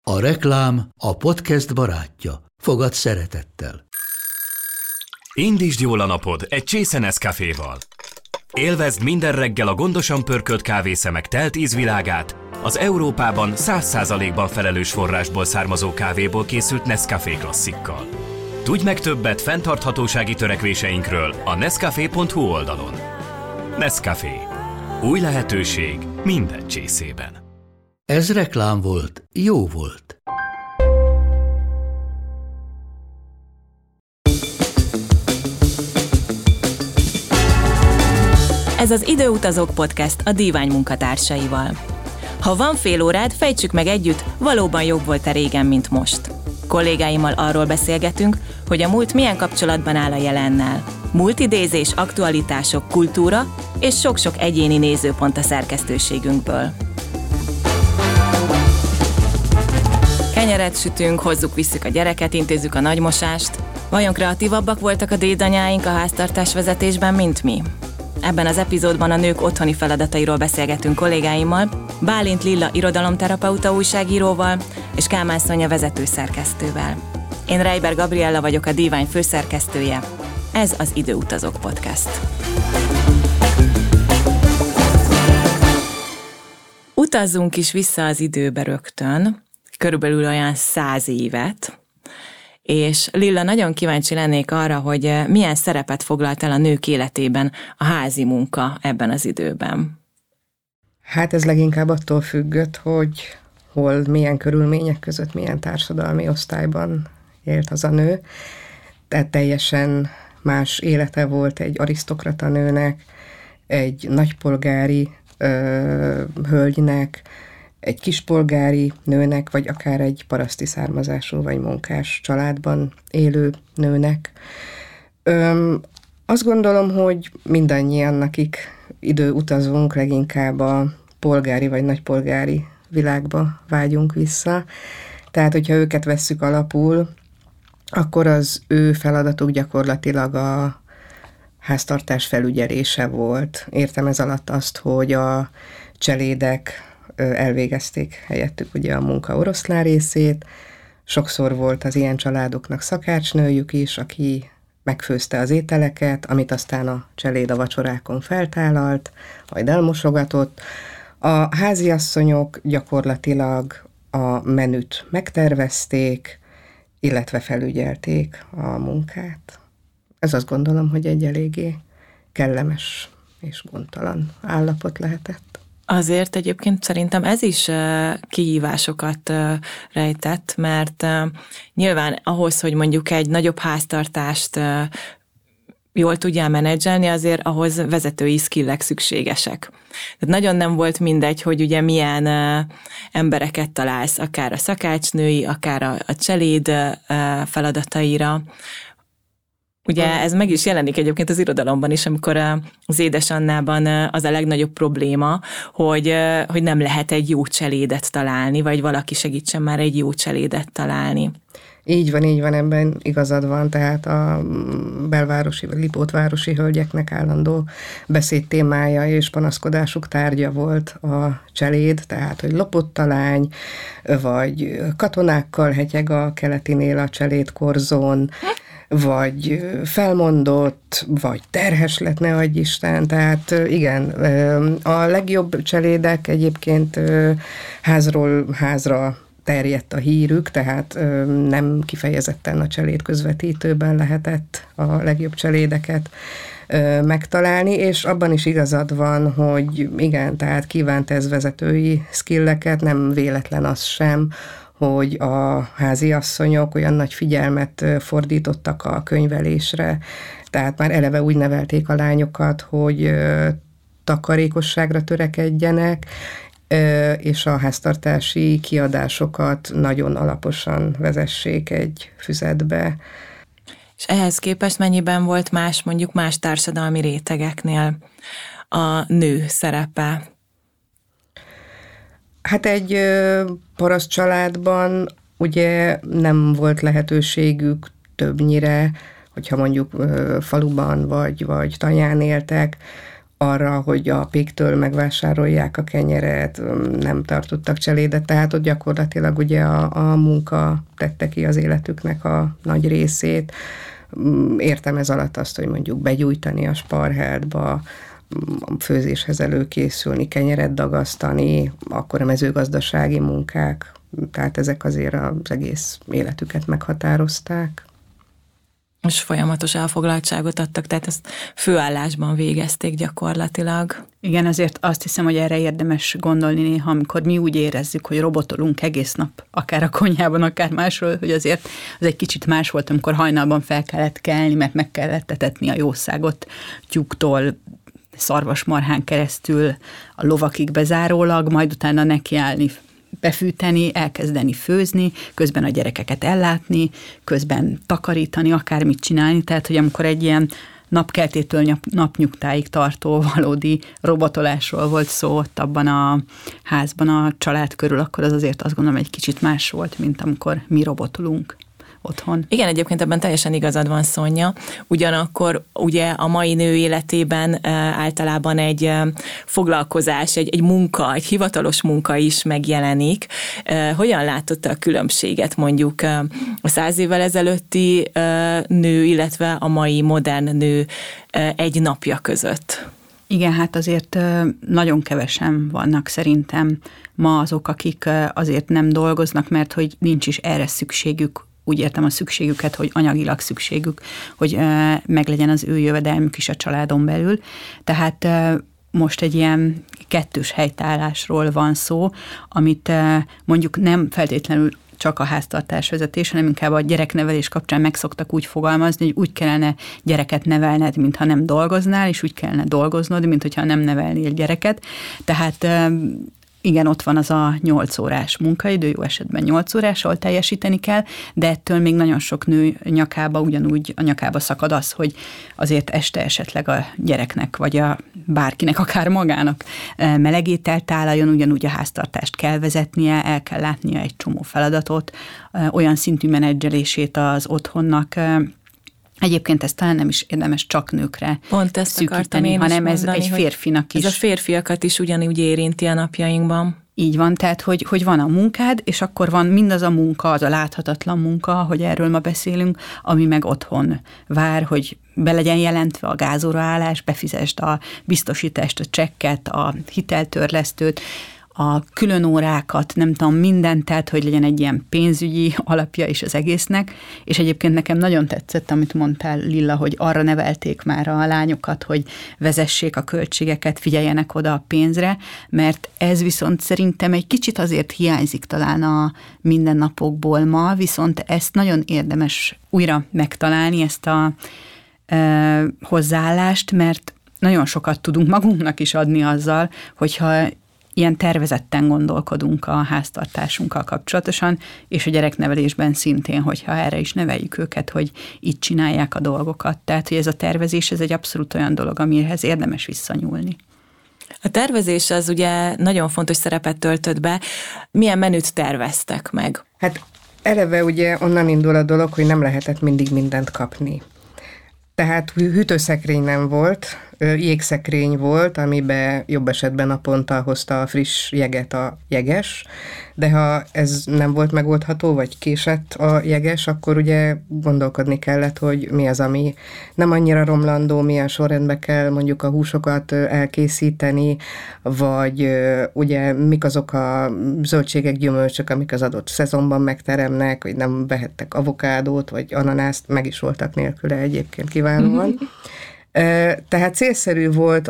A reklám a podcast barátja. Fogad szeretettel. Indítsd jól a napod egy csésze Nescaféval. Élvezd minden reggel a gondosan pörkölt kávészemek telt ízvilágát, az Európában 100%-ban felelős forrásból származó kávéból készült Nescafé klasszikkal. Tudj meg többet fenntarthatósági törekvéseinkről a nescafé.hu oldalon. Nescafé. Új lehetőség minden csészében. Ez reklám volt, jó volt. Ez az Időutazók Podcast a Dívány munkatársaival. Ha van fél órád, fejtsük meg együtt, valóban jobb volt-e régen, mint most. Kollégáimmal arról beszélgetünk, hogy a múlt milyen kapcsolatban áll a jelennel. Múltidézés, aktualitások, kultúra és sok-sok egyéni nézőpont a szerkesztőségünkből. Kenyeret sütünk, hozzuk-visszük a gyereket, intézzük a nagymosást. Vajon kreatívabbak voltak a dédanyáink a háztartásvezetésben, mint mi? Ebben az epizódban a nők otthoni feladatairól beszélgetünk kollégáimmal, Bálint Lilla irodalomterapeuta újságíróval és Kálmán Szonya vezetőszerkesztővel. Én Reiber Gabriella vagyok, a Dívány főszerkesztője. Ez az Időutazók Podcast. Utazzunk is vissza az időbe rögtön, körülbelül olyan 100 évet, és Lilla, nagyon kíváncsi lennék arra, hogy milyen szerepet foglalt el a nők életében a házi munka ebben az időben. Hát ez leginkább attól függött, hogy hol, milyen körülmények között, milyen társadalmi osztályban élt az a nő. Tehát teljesen más élete volt egy arisztokrata nőnek, egy nagypolgári hölgynek, egy kispolgári nőnek, vagy akár egy paraszti származású vagy munkás családban élő nőnek. Azt gondolom, hogy mindannyian, akik időutazunk, leginkább a polgári vagy nagypolgári világba vágyunk vissza. Tehát, hogyha őket vesszük alapul, akkor az ő feladatuk gyakorlatilag a háztartás felügyelése volt. Értem ez alatt azt, hogy a cselédek elvégezték helyettük ugye a munka oroszlán részét. Sokszor volt az ilyen családoknak szakácsnőjük is, aki megfőzte az ételeket, amit aztán a cseléd a vacsorákon feltálalt, majd elmosogatott. A háziasszonyok gyakorlatilag a menüt megtervezték, illetve felügyelték a munkát. Ez azt gondolom, hogy egy eléggé kellemes és gondtalan állapot lehetett. Azért egyébként szerintem ez is kihívásokat rejtett, mert nyilván ahhoz, hogy mondjuk egy nagyobb háztartást jól tudjál menedzselni, azért ahhoz vezetői skillek szükségesek. Tehát nagyon nem volt mindegy, hogy ugye milyen embereket találsz, akár a szakácsnői, akár a cseléd feladataira. Ugye ez meg is jelenik egyébként az irodalomban is, amikor az Édes Annában az a legnagyobb probléma, hogy nem lehet egy jó cselédet találni, vagy valaki segítsen már egy jó cselédet találni. Így van, ebben igazad van, tehát a belvárosi vagy lipótvárosi hölgyeknek állandó beszédtémája és panaszkodásuk tárgya volt a cseléd, tehát hogy lopott talány, vagy katonákkal hetyeg a keletinél a cselédkorzón, vagy felmondott, vagy terhes lett, ne adj Isten. Tehát igen, a legjobb cselédek egyébként házról házra terjedt a hírük, tehát nem kifejezetten a cseléd közvetítőben lehetett a legjobb cselédeket megtalálni, és abban is igazad van, hogy igen, tehát kívánt ez vezetői skilleket, nem véletlen az sem, hogy a háziasszonyok olyan nagy figyelmet fordítottak a könyvelésre, tehát már eleve úgy nevelték a lányokat, hogy takarékosságra törekedjenek, és a háztartási kiadásokat nagyon alaposan vezessék egy füzetbe. És ehhez képest mennyiben volt más, mondjuk más társadalmi rétegeknél a nő szerepe? Hát egy paraszt családban ugye nem volt lehetőségük többnyire, hogyha mondjuk faluban vagy tanyán éltek, arra, hogy a péktől megvásárolják a kenyeret, nem tartottak cselédet, tehát ott gyakorlatilag ugye a munka tette ki az életüknek a nagy részét. Értem ez alatt azt, hogy mondjuk begyújtani a sparhátba, a főzéshez előkészülni, kenyeret dagasztani, akkor a mezőgazdasági munkák, tehát ezek azért az egész életüket meghatározták. És folyamatos elfoglaltságot adtak, tehát ezt főállásban végezték gyakorlatilag. Igen, azért azt hiszem, hogy erre érdemes gondolni néha, amikor mi úgy érezzük, hogy robotolunk egész nap, akár a konyhában, akár másról, hogy azért az egy kicsit más volt, amikor hajnalban fel kellett kelni, mert meg kellett etetni a jószágot tyúktól, szarvasmarhán keresztül a lovakig bezárólag, majd utána nekiállni, befűteni, elkezdeni főzni, közben a gyerekeket ellátni, közben takarítani, akármit csinálni, tehát hogy amikor egy ilyen napkeltétől napnyugtáig tartó valódi robotolásról volt szó ott abban a házban a család körül, akkor az azért azt gondolom egy kicsit más volt, mint amikor mi robotolunk otthon. Igen, egyébként ebben teljesen igazad van, Szonya. Ugyanakkor ugye a mai nő életében általában egy foglalkozás, egy munka, egy hivatalos munka is megjelenik. Hogyan látott a különbséget mondjuk a 100 évvel ezelőtti nő, illetve a mai modern nő egy napja között? Igen, hát azért nagyon kevesen vannak szerintem ma azok, akik azért nem dolgoznak, mert hogy nincs is erre szükségük. Úgy értem a szükségüket, hogy anyagilag szükségük, hogy meglegyen az ő jövedelmük is a családon belül. Tehát most egy ilyen kettős helytállásról van szó, amit mondjuk nem feltétlenül csak a háztartásvezetés, hanem inkább a gyereknevelés kapcsán meg szoktak úgy fogalmazni, hogy úgy kellene gyereket nevelned, mintha nem dolgoznál, és úgy kellene dolgoznod, mint hogyha nem nevelnél gyereket. Tehát igen, ott van az a 8 órás munkaidő, jó esetben 8 órás, ahol teljesíteni kell, de ettől még nagyon sok nő nyakába ugyanúgy a nyakába szakad az, hogy azért este esetleg a gyereknek, vagy a bárkinek, akár magának melegételt tálaljon, ugyanúgy a háztartást kell vezetnie, el kell látnia egy csomó feladatot, olyan szintű menedzselését az otthonnak. Egyébként ez talán nem is érdemes csak nőkre pont ezt szűkíteni, hanem ez mondani, egy férfinak is. Ez a férfiakat is ugyanúgy érinti a napjainkban. Így van, tehát hogy van a munkád, és akkor van mindaz a munka, az a láthatatlan munka, hogy erről ma beszélünk, ami meg otthon vár, hogy be legyen jelentve a gázóraállás, befizesd a biztosítást, a csekket, a hiteltörlesztőt, a külön órákat, nem tudom, mindent, tehát hogy legyen egy ilyen pénzügyi alapja is az egésznek, és egyébként nekem nagyon tetszett, amit mondtál, Lilla, hogy arra nevelték már a lányokat, hogy vezessék a költségeket, figyeljenek oda a pénzre, mert ez viszont szerintem egy kicsit azért hiányzik talán a mindennapokból ma, viszont ezt nagyon érdemes újra megtalálni, ezt a hozzáállást, mert nagyon sokat tudunk magunknak is adni azzal, hogyha ilyen tervezetten gondolkodunk a háztartásunkkal kapcsolatosan, és a gyereknevelésben szintén, hogyha erre is neveljük őket, hogy így csinálják a dolgokat. Tehát, hogy ez a tervezés, ez egy abszolút olyan dolog, amihez érdemes visszanyúlni. A tervezés az ugye nagyon fontos szerepet töltött be. Milyen menüt terveztek meg? Hát eleve ugye onnan indul a dolog, hogy nem lehetett mindig mindent kapni. Tehát hűtőszekrény nem volt, jégszekrény volt, amiben jobb esetben naponta hozta a friss jeget a jeges, de ha ez nem volt megoldható, vagy késett a jeges, akkor ugye gondolkodni kellett, hogy mi az, ami nem annyira romlandó, milyen sorrendben kell mondjuk a húsokat elkészíteni, vagy ugye mik azok a zöldségek, gyümölcsök, amik az adott szezonban megteremnek, hogy nem vehettek avokádót, vagy ananászt, meg is voltak nélküle egyébként kiválóan. Tehát célszerű volt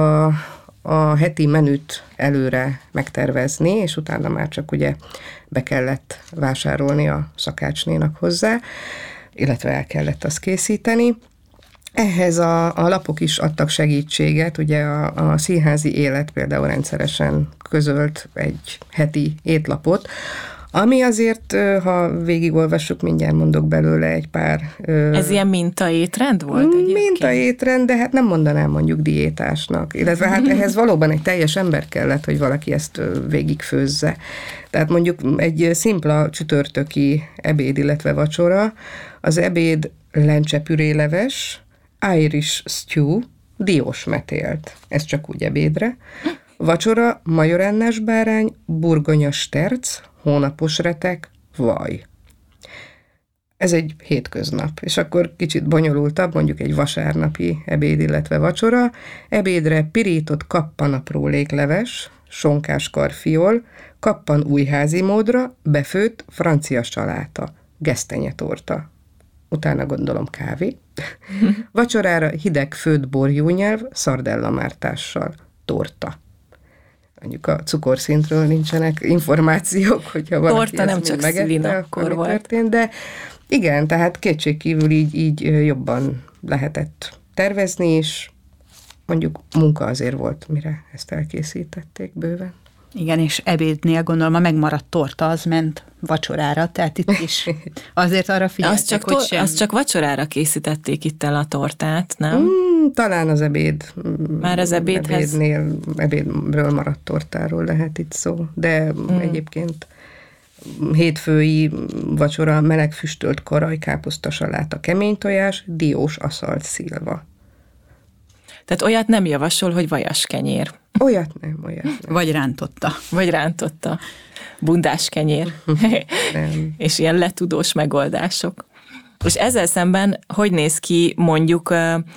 a heti menüt előre megtervezni, és utána már csak ugye be kellett vásárolni a szakácsnénak hozzá, illetve el kellett azt készíteni. Ehhez a lapok is adtak segítséget, ugye a Színházi Élet például rendszeresen közölt egy heti étlapot, ami azért, ha végigolvassuk, mindjárt mondok belőle egy pár... Ez ilyen mintaétrend volt egyébként? Mintaétrend, de hát nem mondanám mondjuk diétásnak. Illetve hát ehhez valóban egy teljes ember kellett, hogy valaki ezt végigfőzze. Tehát mondjuk egy szimpla csütörtöki ebéd, illetve vacsora, az ebéd lencsepüréleves, Irish stew, diós metélt, ez csak úgy ebédre. Vacsora, majorennás bárány, burgonya sterc, hónapos retek, vaj. Ez egy hétköznap, és akkor kicsit bonyolultabb, mondjuk egy vasárnapi ebéd, illetve vacsora. Ebédre pirított kappanapró lékleves, sonkás karfiol, kappan újházi módra, befőtt francia saláta, gesztenyetorta. Utána gondolom kávé. Vacsorára hideg főtt borjúnyelv, szardellamártással, torta. Mondjuk a cukorszintről nincsenek információk, hogyha valaki torta nem csak szülina akkor volt. Történt, de igen, tehát kétségkívül így jobban lehetett tervezni, és mondjuk munka azért volt, mire ezt elkészítették bőven. Igen, és ebédnél gondolom a megmaradt torta az ment vacsorára, tehát itt is azért arra figyeltek, hogy sem... Azt csak vacsorára készítették itt el a tortát, nem? Talán az ebéd. Már az ebédről maradt tortáról lehet itt szó, de egyébként hétfői vacsora meleg füstölt karaj, káposzta saláta, kemény tojás, diós aszalt szilva. Tehát olyat nem javasol, hogy vajas kenyér. Olyat nem. Vagy rántotta. Bundás kenyér. És ilyen letudós megoldások. És ezzel szemben hogy néz ki mondjuk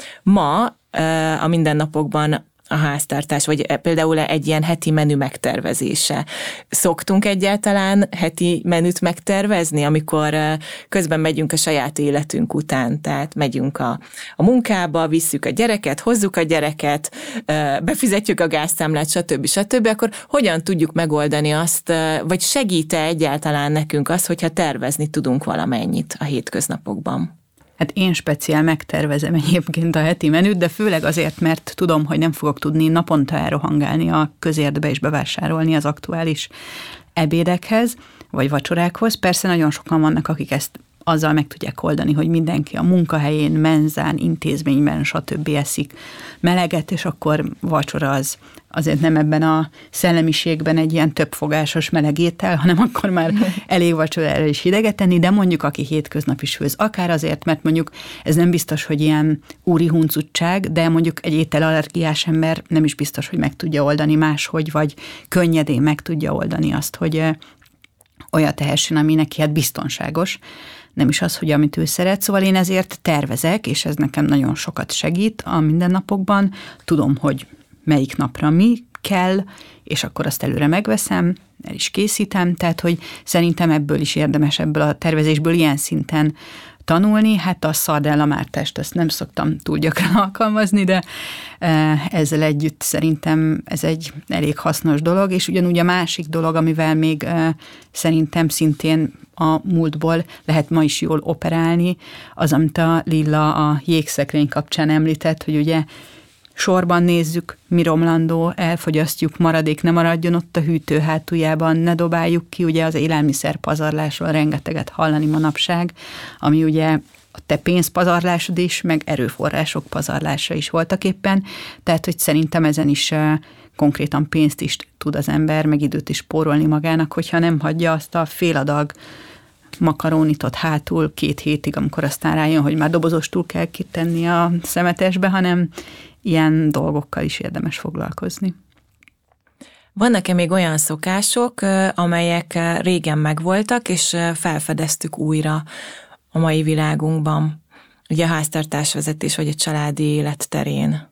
ma a mindennapokban a háztartás, vagy például egy ilyen heti menü megtervezése. Szoktunk egyáltalán heti menüt megtervezni, amikor közben megyünk a saját életünk után, tehát megyünk a munkába, visszük a gyereket, hozzuk a gyereket, befizetjük a gázszámlát, stb., akkor hogyan tudjuk megoldani azt, vagy segít-e egyáltalán nekünk az, hogyha tervezni tudunk valamennyit a hétköznapokban? Hát én speciál megtervezem egyébként a heti menüt, de főleg azért, mert tudom, hogy nem fogok tudni naponta elrohangálni a közértbe és bevásárolni az aktuális ebédekhez, vagy vacsorákhoz. Persze nagyon sokan vannak, akik ezt azzal meg tudják oldani, hogy mindenki a munkahelyén, menzán, intézményben, stb. Eszik meleget, és akkor vacsora az azért nem ebben a szellemiségben egy ilyen többfogásos meleg étel, hanem akkor már elég vacsorára is hideget tenni, de mondjuk aki hétköznap is főz, akár azért, mert mondjuk ez nem biztos, hogy ilyen úri huncutság, de mondjuk egy ételallergiás ember nem is biztos, hogy meg tudja oldani máshogy, vagy könnyedén meg tudja oldani azt, hogy olyat tehessen, ami neki hát biztonságos, nem is az, hogy amit ő szeret, szóval én ezért tervezek, és ez nekem nagyon sokat segít a mindennapokban, tudom, hogy melyik napra mi kell, és akkor azt előre megveszem, el is készítem, tehát hogy szerintem ebből is érdemes, ebből a tervezésből ilyen szinten tanulni, hát a szardellamártást azt nem szoktam túl gyakran alkalmazni, de ezzel együtt szerintem ez egy elég hasznos dolog, és ugyanúgy a másik dolog, amivel még szerintem szintén a múltból lehet ma is jól operálni, az, amit a Lilla a jégszekrény kapcsán említett, hogy ugye sorban nézzük, mi romlandó, elfogyasztjuk, maradék ne maradjon ott a hűtő hátuljában, ne dobáljuk ki, ugye az élelmiszer pazarlásról rengeteget hallani manapság, ami ugye a te pénzpazarlásod is, meg erőforrások pazarlása is voltak éppen, tehát hogy szerintem ezen is konkrétan pénzt is tud az ember, meg időt is spórolni magának, hogyha nem hagyja azt a fél adag makarónit ott hátul 2 hétig, amikor aztán rájön, hogy már dobozostul kell kitenni a szemetesbe, hanem ilyen dolgokkal is érdemes foglalkozni. Vannak-e még olyan szokások, amelyek régen megvoltak, és felfedeztük újra a mai világunkban, ugye a háztartásvezetés vagy a családi élet terén?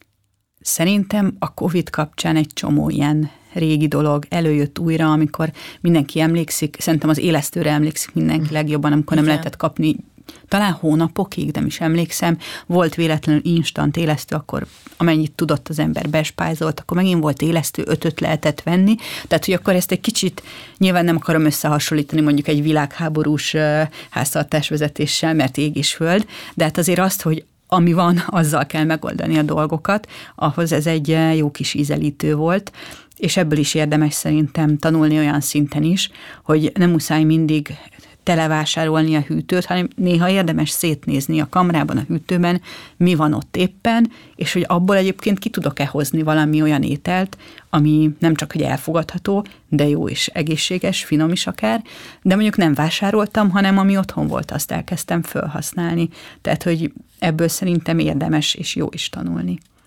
Szerintem a Covid kapcsán egy csomó ilyen régi dolog előjött újra, amikor mindenki emlékszik, szerintem az élesztőre emlékszik mindenki legjobban, amikor nem lehetett kapni talán hónapokig, nem is emlékszem, volt véletlenül instant élesztő, akkor amennyit tudott az ember bespájzolt, akkor megint volt élesztő, 5-öt lehetett venni, tehát hogy akkor ezt egy kicsit, nyilván nem akarom összehasonlítani mondjuk egy világháborús háztartásvezetéssel, mert ég és föld, de hát azért azt, hogy ami van, azzal kell megoldani a dolgokat, ahhoz ez egy jó kis ízelítő volt, és ebből is érdemes szerintem tanulni olyan szinten is, hogy nem muszáj mindig televásárolni a hűtőt, hanem néha érdemes szétnézni a kamrában, a hűtőben, mi van ott éppen, és hogy abból egyébként ki tudok-e hozni valami olyan ételt, ami nem csak hogy elfogadható, de jó és egészséges, finom is akár, de mondjuk nem vásároltam, hanem ami otthon volt, azt elkezdtem felhasználni. Tehát, hogy ebből szerintem érdemes és jó is tanulni.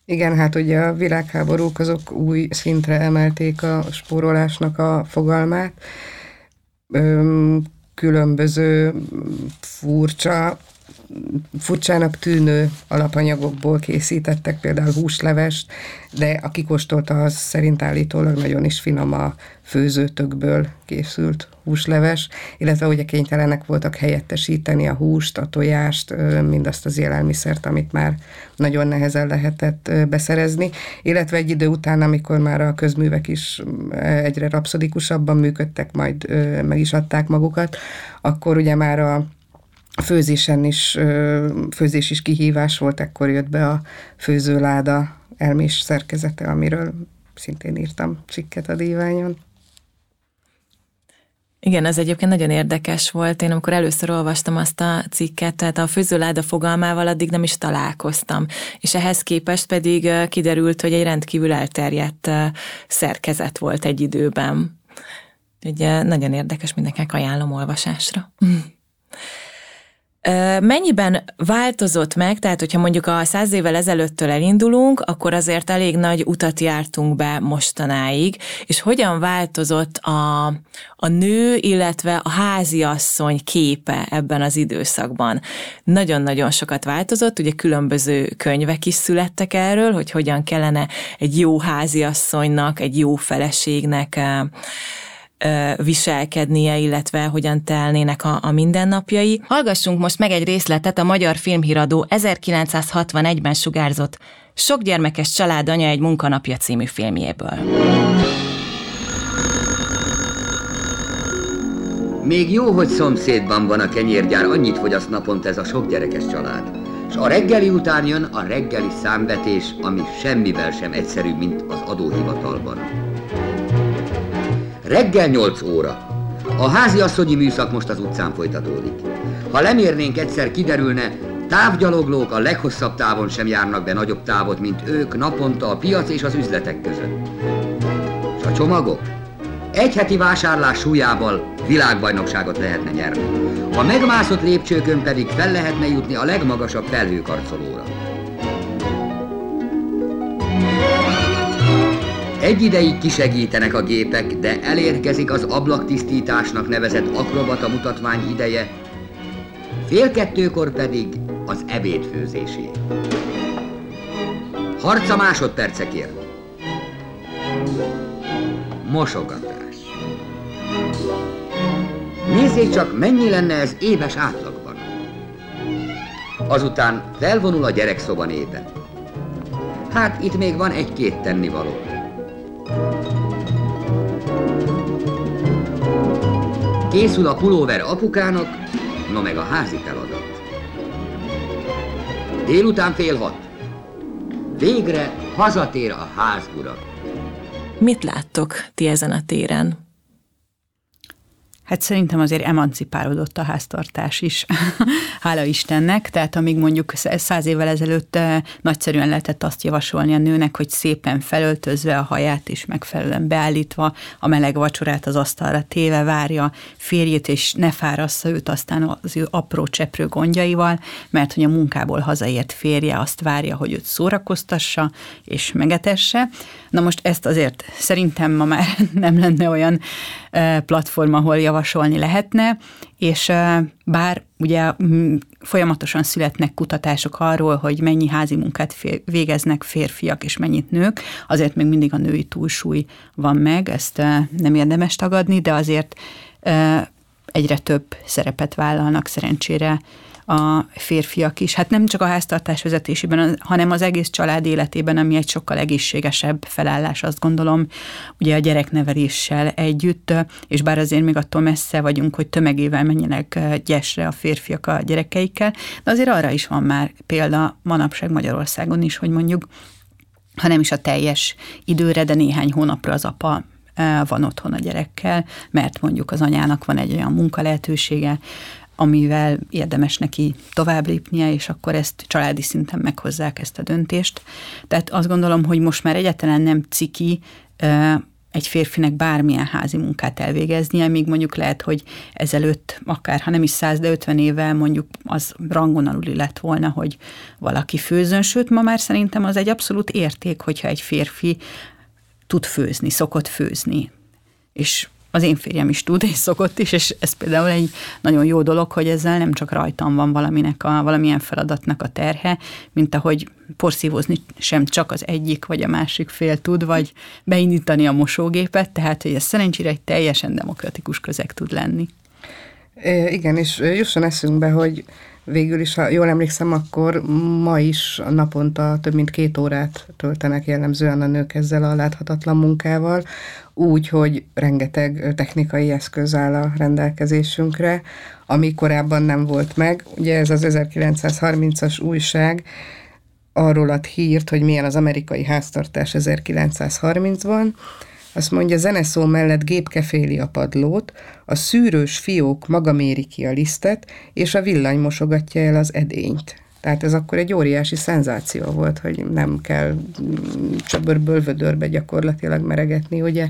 Igen, hát ugye a világháborúk azok új szintre emelték a spórolásnak a fogalmát. Különböző furcsának tűnő alapanyagokból készítettek, például húslevest, de aki kóstolta, az szerint állítólag nagyon is finom a főzőtökből készült húsleves, illetve ugye kénytelenek voltak helyettesíteni a húst, a tojást, mindazt az élelmiszert, amit már nagyon nehezen lehetett beszerezni, illetve egy idő után, amikor már a közművek is egyre rapszodikusabban működtek, majd meg is adták magukat, akkor ugye már a főzés is kihívás volt, ekkor jött be a főzőláda elmés szerkezete, amiről szintén írtam cikket a Díványon. Igen, ez egyébként nagyon érdekes volt. Én amikor először olvastam azt a cikket, tehát a főzőláda fogalmával addig nem is találkoztam. És ehhez képest pedig kiderült, hogy egy rendkívül elterjedt szerkezet volt egy időben. Ugye nagyon érdekes, mindenkinek ajánlom olvasásra. Mennyiben változott meg, tehát hogyha mondjuk a 100 évvel ezelőttől elindulunk, akkor azért elég nagy utat jártunk be mostanáig, és hogyan változott a nő, illetve a háziasszony képe ebben az időszakban? Nagyon-nagyon sokat változott, ugye különböző könyvek is születtek erről, hogy hogyan kellene egy jó háziasszonynak, egy jó feleségnek viselkednie, illetve hogyan telnének a mindennapjai. Hallgassunk most meg egy részletet a Magyar Filmhíradó 1961-ben sugárzott Sok gyermekes család anya egy munkanapja című filmjéből. Még jó, hogy szomszédban van a kenyérgyár, annyit fogyaszt naponta ez a sok gyerekes család. És a reggeli után jön a reggeli számvetés, ami semmivel sem egyszerűbb, mint az adóhivatalban. Reggel 8 óra. A háziasszonyi műszak most az utcán folytatódik. Ha lemérnénk egyszer, kiderülne, távgyaloglók a leghosszabb távon sem járnak be nagyobb távot, mint ők naponta a piac és az üzletek között. És a csomagok? Egy heti vásárlás súlyával világbajnokságot lehetne nyerni. A megmászott lépcsőkön pedig fel lehetne jutni a legmagasabb felhőkarcolóra. Egy ideig kisegítenek a gépek, de elérkezik az ablaktisztításnak nevezett akrobata mutatvány ideje, 1:30 pedig az ebédfőzésé. Harca másodpercekért. Mosogatás. Nézzék csak, mennyi lenne ez éves átlagban. Azután felvonul a gyerekszoba népe. Hát itt még van egy-két tennivaló. Készül a pulóver apukának, no meg a házi feladat. Délután 5:30. Végre hazatér a házura. Mit láttok ti ezen a téren? Hát szerintem azért emancipálódott a háztartás is, hála Istennek, tehát amíg mondjuk 100 évvel ezelőtt nagyszerűen lehetett azt javasolni a nőnek, hogy szépen felöltözve a haját és megfelelően beállítva a meleg vacsorát az asztalra téve várja férjét, és ne fárassza őt aztán az ő apró cseprő gondjaival, mert hogy a munkából hazaért férje azt várja, hogy őt szórakoztassa és megetesse. Na most ezt azért szerintem ma már nem lenne olyan platform, ahol javasolni lehetne, és bár ugye folyamatosan születnek kutatások arról, hogy mennyi házi munkát végeznek férfiak és mennyit nők, azért még mindig a női túlsúly van meg, ezt nem érdemes tagadni, de azért egyre több szerepet vállalnak szerencsére a férfiak is. Hát nem csak a háztartás vezetésében, hanem az egész család életében, ami egy sokkal egészségesebb felállás, azt gondolom, ugye a gyerekneveléssel együtt, és bár azért még attól messze vagyunk, hogy tömegével menjenek gyesre a férfiak a gyerekeikkel, de azért arra is van már példa manapság Magyarországon is, hogy mondjuk, ha nem is a teljes időre, de néhány hónapra az apa van otthon a gyerekkel, mert mondjuk az anyának van egy olyan munkalehetősége, amivel érdemes neki tovább lépnie, és akkor ezt családi szinten meghozzák ezt a döntést. Tehát azt gondolom, hogy most már egyáltalán nem ciki egy férfinek bármilyen házi munkát elvégeznie, míg mondjuk lehet, hogy ezelőtt akár, ha nem is 100, de 50 évvel mondjuk az rangon aluli lett volna, hogy valaki főzön, sőt, ma már szerintem az egy abszolút érték, hogyha egy férfi tud főzni, szokott főzni. És az én férjem is tud, és szokott is, és ez például egy nagyon jó dolog, hogy ezzel nem csak rajtam van valamilyen feladatnak a terhe, mint ahogy porszívózni sem csak az egyik vagy a másik fél tud, vagy beindítani a mosógépet, tehát hogy ez szerencsére egy teljesen demokratikus közeg tud lenni. Igen, és jusson eszünkbe, hogy végül is, ha jól emlékszem, akkor ma is naponta több mint 2 órát töltenek jellemzően a nők ezzel a láthatatlan munkával, úgy, hogy rengeteg technikai eszköz áll a rendelkezésünkre, ami korábban nem volt meg. Ugye ez az 1930-as újság arról ad hírt, hogy milyen az amerikai háztartás 1930-ban. Azt mondja, zeneszó mellett gépke féli a padlót, a szűrős fiók maga méri ki a lisztet, és a villany mosogatja el az edényt. Tehát ez akkor egy óriási szenzáció volt, hogy nem kell csöbörből vödörbe gyakorlatilag meregetni ugye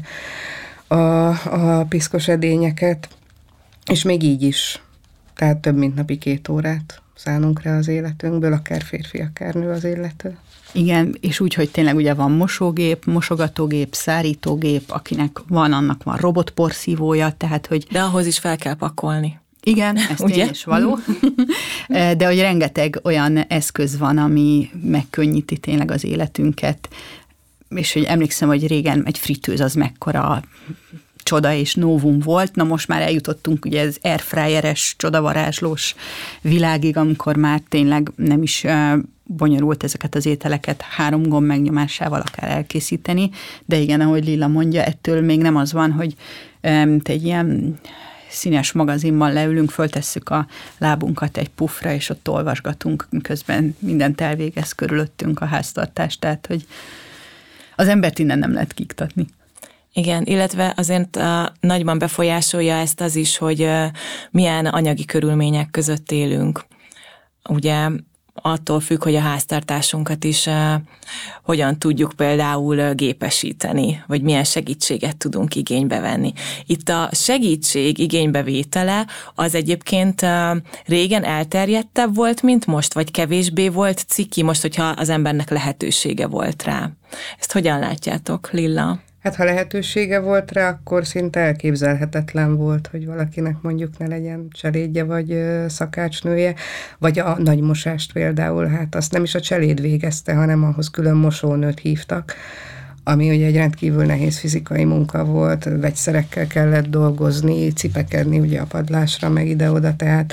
a piszkos edényeket, és még így is, tehát több mint napi 2 órát szánunk rá az életünkből, akár férfi, akár nő az illető. Igen, és úgy, hogy tényleg ugye van mosógép, mosogatógép, szárítógép, akinek van, annak van robotporszívója, tehát hogy... De ahhoz is fel kell pakolni. Igen, ez tény is való. De hogy rengeteg olyan eszköz van, ami megkönnyíti tényleg az életünket, és hogy emlékszem, hogy régen egy fritőz az mekkora csoda és novum volt, na most már eljutottunk ugye az airfryeres, csodavarázslós világig, amikor már tényleg nem is bonyolult ezeket az ételeket 3 gomb megnyomásával akár elkészíteni, de igen, ahogy Lilla mondja, ettől még nem az van, hogy egy ilyen színes magazinban leülünk, föltesszük a lábunkat egy pufra, és ott olvasgatunk, közben mindent elvégez körülöttünk a háztartás, tehát hogy az embert innen nem lehet kiiktatni. Igen, illetve azért nagyban befolyásolja ezt az is, hogy milyen anyagi körülmények között élünk. Ugye attól függ, hogy a háztartásunkat is hogyan tudjuk például gépesíteni, vagy milyen segítséget tudunk igénybe venni. Itt a segítség igénybevétele az egyébként régen elterjedtebb volt, mint most, vagy kevésbé volt ciki most, hogyha az embernek lehetősége volt rá. Ezt hogyan látjátok, Lilla? Hát ha lehetősége volt rá, akkor szinte elképzelhetetlen volt, hogy valakinek mondjuk ne legyen cselédje, vagy szakácsnője, vagy a nagymosást például, hát azt nem is a cseléd végezte, hanem ahhoz külön mosónőt hívtak, ami ugye egy rendkívül nehéz fizikai munka volt, vegyszerekkel kellett dolgozni, cipekedni ugye a padlásra, meg ide-oda, tehát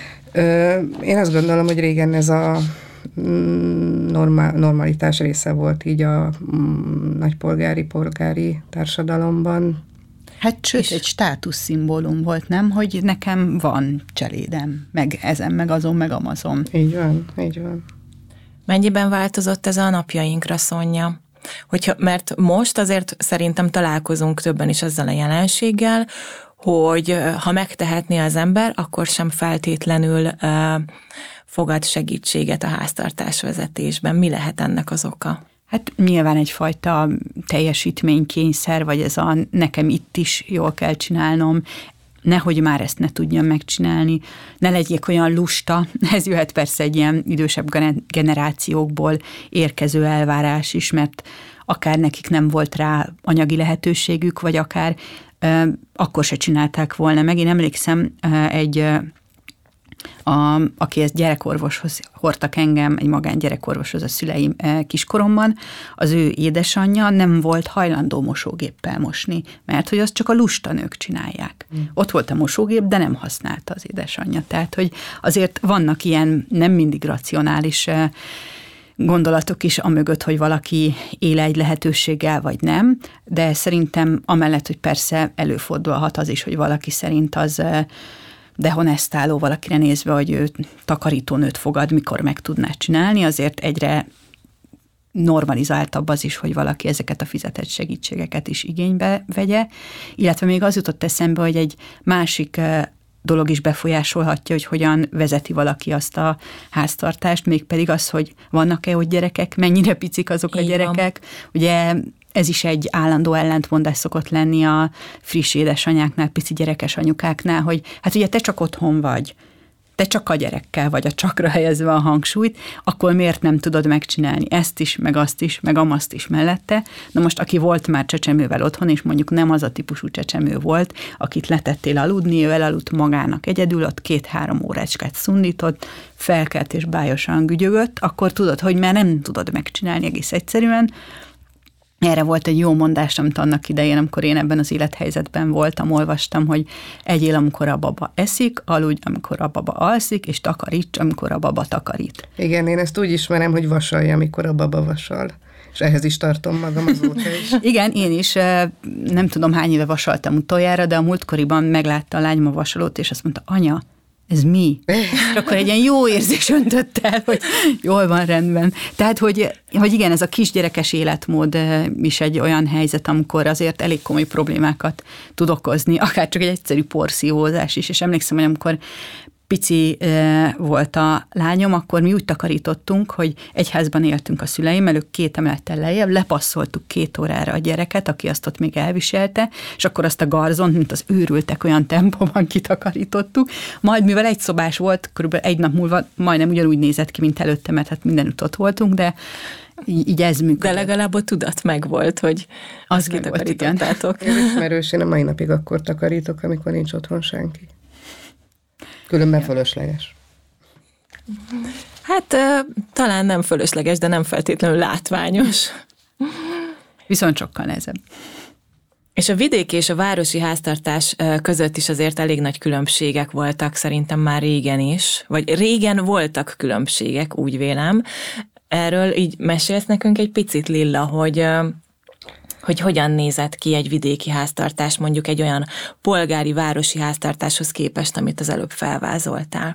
én azt gondolom, hogy régen ez a normalitás része volt így a nagypolgári társadalomban. Hát sőt, egy státuszszimbólum volt, nem? Hogy nekem van cselédem, meg ezen, meg azon, meg amazon. Így van, így van. Mennyiben változott ez a napjainkra, Szonya? Mert most azért szerintem találkozunk többen is azzal a jelenséggel, hogy ha megtehetné az ember, akkor sem feltétlenül fogad segítséget a háztartásvezetésben. Mi lehet ennek az oka? Hát nyilván egyfajta teljesítménykényszer, vagy ez a nekem itt is jól kell csinálnom, nehogy már ezt ne tudjam megcsinálni, ne legyek olyan lusta. Ez jöhet persze egy ilyen idősebb generációkból érkező elvárás is, mert akár nekik nem volt rá anyagi lehetőségük, vagy akár akkor se csinálták volna meg. Én emlékszem aki ezt gyerekorvoshoz hordtak engem, egy magángyerekorvoshoz a szüleim kiskoromban, az ő édesanyja nem volt hajlandó mosógéppel mosni, mert hogy azt csak a lusta nők csinálják. Ott volt a mosógép, de nem használta az édesanyja. Tehát, hogy azért vannak ilyen nem mindig racionális gondolatok is amögött, hogy valaki él egy lehetőséggel, vagy nem, de szerintem amellett, hogy persze előfordulhat az is, hogy valaki szerint az dehonestáló valakire nézve, hogy ő takarítónőt fogad, mikor meg tudná csinálni, azért egyre normalizáltabb az is, hogy valaki ezeket a fizetett segítségeket is igénybe vegye, illetve még az jutott eszembe, hogy egy másik dolog is befolyásolhatja, hogy hogyan vezeti valaki azt a háztartást, mégpedig az, hogy vannak-e ott gyerekek, mennyire picik azok a gyerekek. Ugye ez is egy állandó ellentmondás szokott lenni a friss édesanyáknál, pici gyerekes anyukáknál, hogy hát ugye te csak otthon vagy, te csak a gyerekkel vagy, a csakra helyezve a hangsúlyt, akkor miért nem tudod megcsinálni ezt is, meg azt is, meg amazt is mellette. Na most, aki volt már csecsemővel otthon, és mondjuk nem az a típusú csecsemő volt, akit letettél aludni, ő elaludt magának egyedül, ott 2-3 órácskát szundított, felkelt és bájosan gügyögött, akkor tudod, hogy már nem tudod megcsinálni egész egyszerűen. Erre volt egy jó mondás, amit annak idején, amikor én ebben az élethelyzetben voltam, olvastam, hogy egyél, amikor a baba eszik, aludj, amikor a baba alszik, és takaríts, amikor a baba takarít. Igen, én ezt úgy ismerem, hogy vasalja, amikor a baba vasal. És ehhez is tartom magam azóta is. Igen, én is nem tudom hány éve vasaltam utoljára, de a múltkoriban meglátta a lányom a vasalót, és azt mondta, anya, ez mi? És akkor egy ilyen jó érzés öntött el, hogy jól van, rendben. Tehát, hogy igen, ez a kisgyerekes életmód is egy olyan helyzet, amikor azért elég komoly problémákat tud okozni, akár csak egy egyszerű porszívózás is, és emlékszem, hogy amikor pici volt a lányom, akkor mi úgy takarítottunk, hogy egy házban éltünk a szüleimmel, ők 2 emelettel lejjebb, lepasszoltuk 2 órára a gyereket, aki azt ott még elviselte, és akkor azt a garzont, mint az őrültek, olyan tempóban kitakarítottuk. Majd, mivel egy szobás volt, körülbelül 1 nap múlva majdnem ugyanúgy nézett ki, mint előtte, mert hát mindenütt ott voltunk, de így ez működött. De legalább a tudat megvolt, hogy azt kitakarítottátok. Én ismerős, én a mai napig akkor takarítok, amikor nincs otthon senki. Különben fölösleges. Hát talán nem fölösleges, de nem feltétlenül látványos. Viszont sokkal nehezebb. És a vidéki és a városi háztartás között is azért elég nagy különbségek voltak, szerintem már régen is. Vagy régen voltak különbségek, úgy vélem. Erről így mesélsz nekünk egy picit, Lilla, hogy hogyan nézett ki egy vidéki háztartás, mondjuk egy olyan polgári városi háztartáshoz képest, amit az előbb felvázoltál?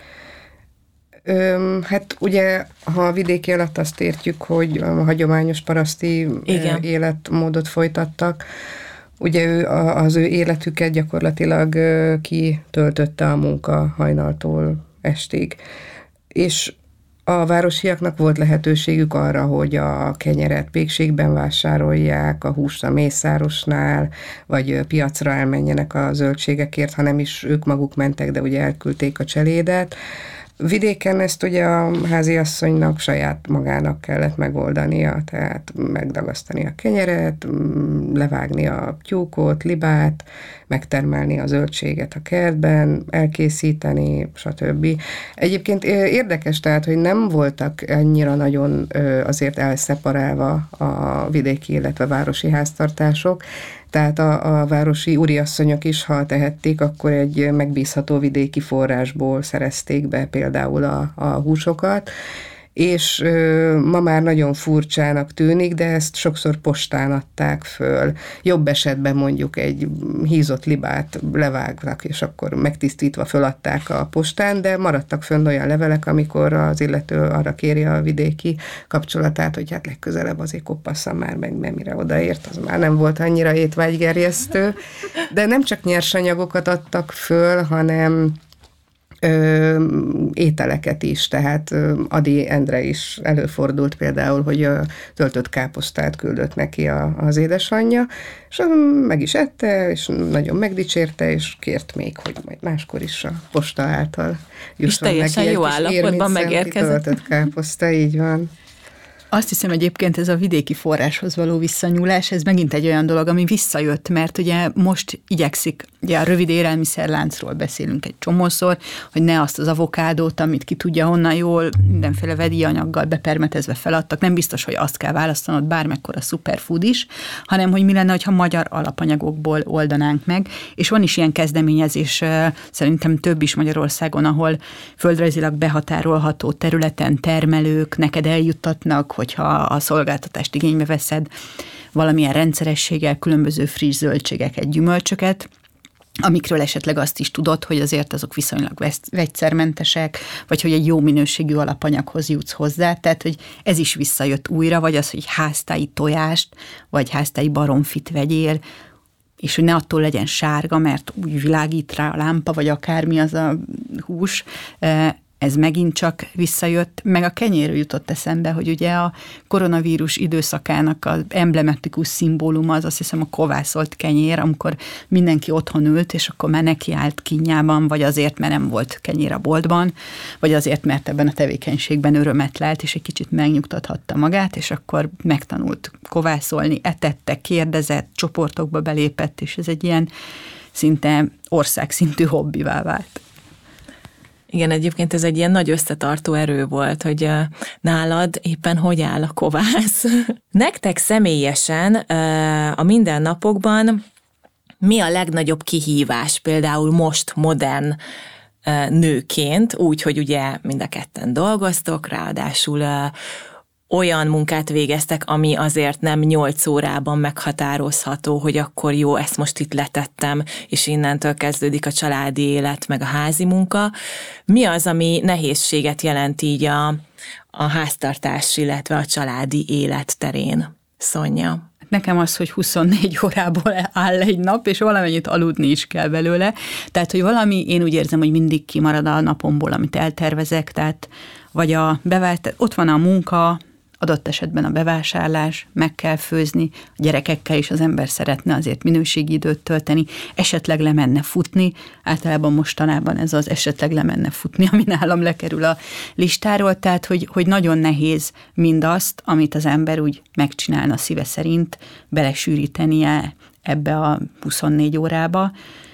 Hát ugye, ha a vidéki alatt azt értjük, hogy a hagyományos paraszti életmódot folytattak, ugye az ő életüket gyakorlatilag kitöltötte a munka hajnaltól estig. És a városiaknak volt lehetőségük arra, hogy a kenyeret pékségben vásárolják, a húst a mészárosnál, vagy piacra elmenjenek a zöldségekért, ha nem is ők maguk mentek, de ugye elküldték a cselédet. Vidéken ezt ugye a háziasszonynak saját magának kellett megoldania, tehát megdagasztani a kenyeret, levágni a tyúkot, libát, megtermelni a zöldséget a kertben, elkészíteni, stb. Egyébként érdekes, tehát, hogy nem voltak annyira nagyon azért elszeparálva a vidéki, illetve városi háztartások, tehát a városi úriasszonyok is, ha tehették, akkor egy megbízható vidéki forrásból szerezték be például a húsokat, és ma már nagyon furcsának tűnik, de ezt sokszor postán adták föl. Jobb esetben mondjuk egy hízott libát levágnak, és akkor megtisztítva föladták a postán, de maradtak fönn olyan levelek, amikor az illető arra kéri a vidéki kapcsolatát, hogy hát legközelebb azért koppasszam már meg, mert mire odaért, az már nem volt annyira étvágygerjesztő. De nem csak nyersanyagokat adtak föl, hanem ételeket is, tehát Ady Endre is előfordult például, hogy töltött káposztát küldött neki az édesanyja, és meg is ette, és nagyon megdicsérte, és kért még, hogy majd máskor is a posta által jusson neki. És teljesen jó állapotban megérkezett. Töltött káposzta, így van. Azt hiszem egyébként ez a vidéki forráshoz való visszanyúlás, ez megint egy olyan dolog, ami visszajött, mert ugye most igyekszik, ugye a rövid élelmiszerláncról beszélünk egy csomószor, hogy ne azt az avokádót, amit ki tudja honnan jól, mindenféle vegyi anyaggal bepermetezve feladtak, nem biztos, hogy azt kell választanod, bármekkora superfood is, hanem hogy mi lenne, hogyha magyar alapanyagokból oldanánk meg, és van is ilyen kezdeményezés, szerintem több is Magyarországon, ahol földrajzilag behatárolható területen termelők neked eljuttatnak, hogyha a szolgáltatást igénybe veszed, valamilyen rendszerességgel különböző friss zöldségeket, gyümölcsöket, amikről esetleg azt is tudod, hogy azért azok viszonylag vegyszermentesek, vagy hogy egy jó minőségű alapanyaghoz jutsz hozzá, tehát hogy ez is visszajött újra, vagy az, hogy háztáji tojást, vagy háztáji baromfit vegyél, és hogy ne attól legyen sárga, mert úgy világít rá a lámpa, vagy akármi az a hús. ez megint csak visszajött, meg a kenyérről jutott eszembe, hogy ugye a koronavírus időszakának az emblematikus szimbóluma az azt hiszem a kovászolt kenyér, amikor mindenki otthon ült, és akkor már nekiállt kínjában, vagy azért, mert nem volt kenyér a boltban, vagy azért, mert ebben a tevékenységben örömet lelt, és egy kicsit megnyugtathatta magát, és akkor megtanult kovászolni, etette, kérdezett, csoportokba belépett, és ez egy ilyen szinte országszintű hobbivá vált. Igen, egyébként ez egy ilyen nagy összetartó erő volt, hogy nálad éppen hogy áll a kovász. Nektek személyesen a mindennapokban mi a legnagyobb kihívás, például most modern nőként, úgy, hogy ugye mind a ketten dolgoztok, ráadásul olyan munkát végeztek, ami azért nem 8 órában meghatározható, hogy akkor jó, ezt most itt letettem, és innentől kezdődik a családi élet, meg a házi munka. Mi az, ami nehézséget jelent így a háztartás, illetve a családi élet terén? Szonya? Nekem az, hogy 24 órából áll egy nap, és valamennyit aludni is kell belőle. Tehát, hogy valami, én úgy érzem, hogy mindig kimarad a napomból, amit eltervezek, tehát vagy ott van a munka, adott esetben a bevásárlás, meg kell főzni, a gyerekekkel is az ember szeretne azért minőségi időt tölteni, esetleg lemenne futni, általában mostanában ez az esetleg lemenne futni, ami nálam lekerül a listáról, tehát hogy nagyon nehéz mindazt, amit az ember úgy megcsinálna szíve szerint, belesűrítenie ebbe a 24 órába,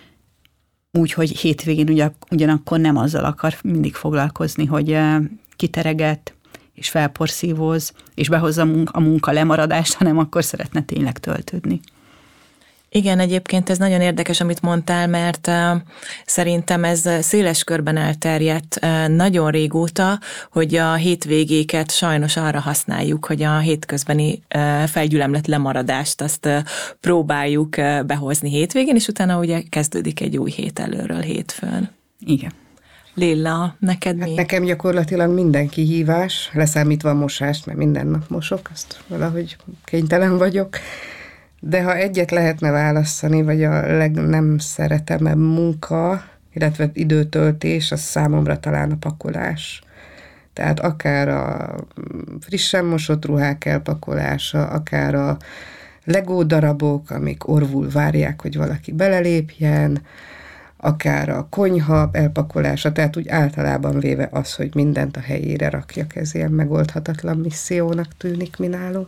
úgyhogy hétvégén ugyanakkor nem azzal akar mindig foglalkozni, hogy kitereget, és felporszívóz, és behozza a munka lemaradást, hanem akkor szeretne tényleg töltődni. Igen, egyébként ez nagyon érdekes, amit mondtál, mert szerintem ez széles körben elterjedt nagyon régóta, hogy a hétvégéket sajnos arra használjuk, hogy a hétközbeni felgyülemlett lemaradást azt próbáljuk behozni hétvégén, és utána ugye kezdődik egy új hét előről hétfőn. Igen. Lilla, neked mi? Nekem gyakorlatilag minden kihívás, leszámítva a mosást, mert minden nap mosok, azt valahogy kénytelen vagyok. De ha egyet lehetne választani, vagy a legnem szeretemebb munka, illetve időtöltés, az számomra talán a pakolás. Tehát akár a frissen mosott ruhák elpakolása, akár a Lego darabok, amik orvul várják, hogy valaki belelépjen, akár a konyha elpakolása, tehát úgy általában véve az, hogy mindent a helyére rakjak, ez ilyen megoldhatatlan missziónak tűnik mi nálunk.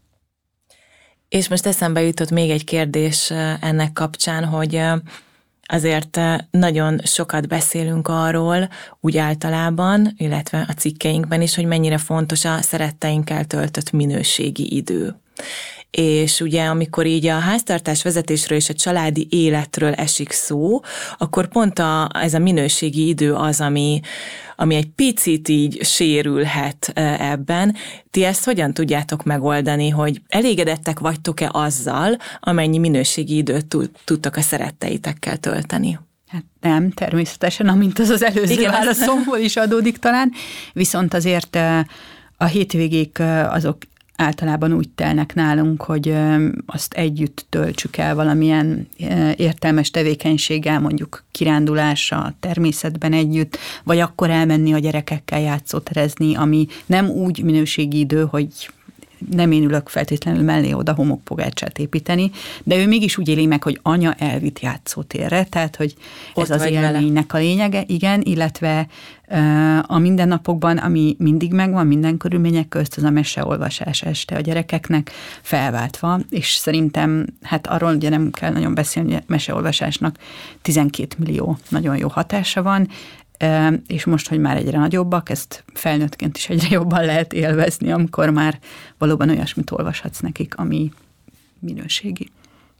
És most eszembe jutott még egy kérdés ennek kapcsán, hogy azért nagyon sokat beszélünk arról, úgy általában, illetve a cikkeinkben is, hogy mennyire fontos a szeretteinkkel töltött minőségi idő. És ugye amikor így a háztartás vezetésről és a családi életről esik szó, akkor pont ez a minőségi idő az, ami egy picit így sérülhet ebben. Ti ezt hogyan tudjátok megoldani, hogy elégedettek vagytok-e azzal, amennyi minőségi időt tudtok a szeretteitekkel tölteni? Hát nem, természetesen, amint az előző válaszomból is adódik talán, viszont azért a hétvégék azok általában úgy telnek nálunk, hogy azt együtt töltsük el valamilyen értelmes tevékenységgel, mondjuk kirándulásra, természetben együtt, vagy akkor elmenni a gyerekekkel játszóterezni, ami nem úgy minőségi idő, hogy nem én ülök feltétlenül mellé oda homokpogácsát építeni, de ő mégis úgy éli meg, hogy anya elvitt játszótérre, tehát hogy ez az élménynek a lényege, igen, illetve a mindennapokban, ami mindig megvan, minden körülmények közt, az a meseolvasás este a gyerekeknek felváltva, és szerintem, hát arról ugye nem kell nagyon beszélni, hogy a meseolvasásnak 12 millió nagyon jó hatása van, és most, hogy már egyre nagyobbak, ezt felnőttként is egyre jobban lehet élvezni, amikor már valóban olyasmit olvashatsz nekik, ami minőségi.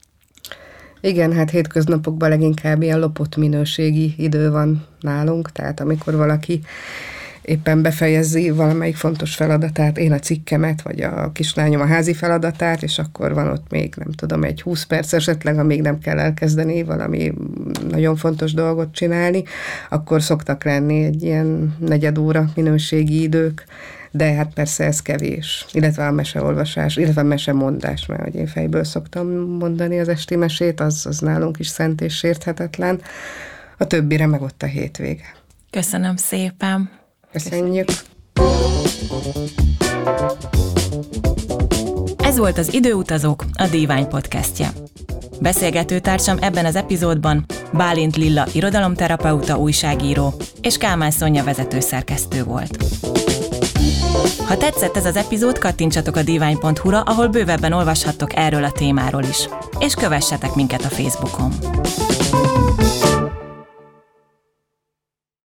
Igen, hát hétköznapokban leginkább ilyen lopott minőségi idő van nálunk, tehát amikor valaki éppen befejezi valamelyik fontos feladatát, én a cikkemet, vagy a kislányom a házi feladatát, és akkor van ott még, nem tudom, egy 20 perc esetleg, amíg nem kell elkezdeni valami nagyon fontos dolgot csinálni, akkor szoktak lenni egy ilyen negyed óra minőségi idők, de hát persze ez kevés, illetve a meseolvasás, illetve a mesemondás, mert hogy én fejből szoktam mondani az esti mesét, az nálunk is szent és sérthetetlen, a többire meg ott a hétvége. Köszönöm szépen. Köszönjük. Ez volt az Időutazók, a Dívány podcastje. Beszélgetőtársam ebben az epizódban Bálint Lilla irodalomterapeuta, újságíró, és Kálmán Szonya vezetőszerkesztő volt. Ha tetszett ez az epizód, kattintsatok a divány.hu-ra, ahol bővebben olvashattok erről a témáról is. És kövessetek minket a Facebookon.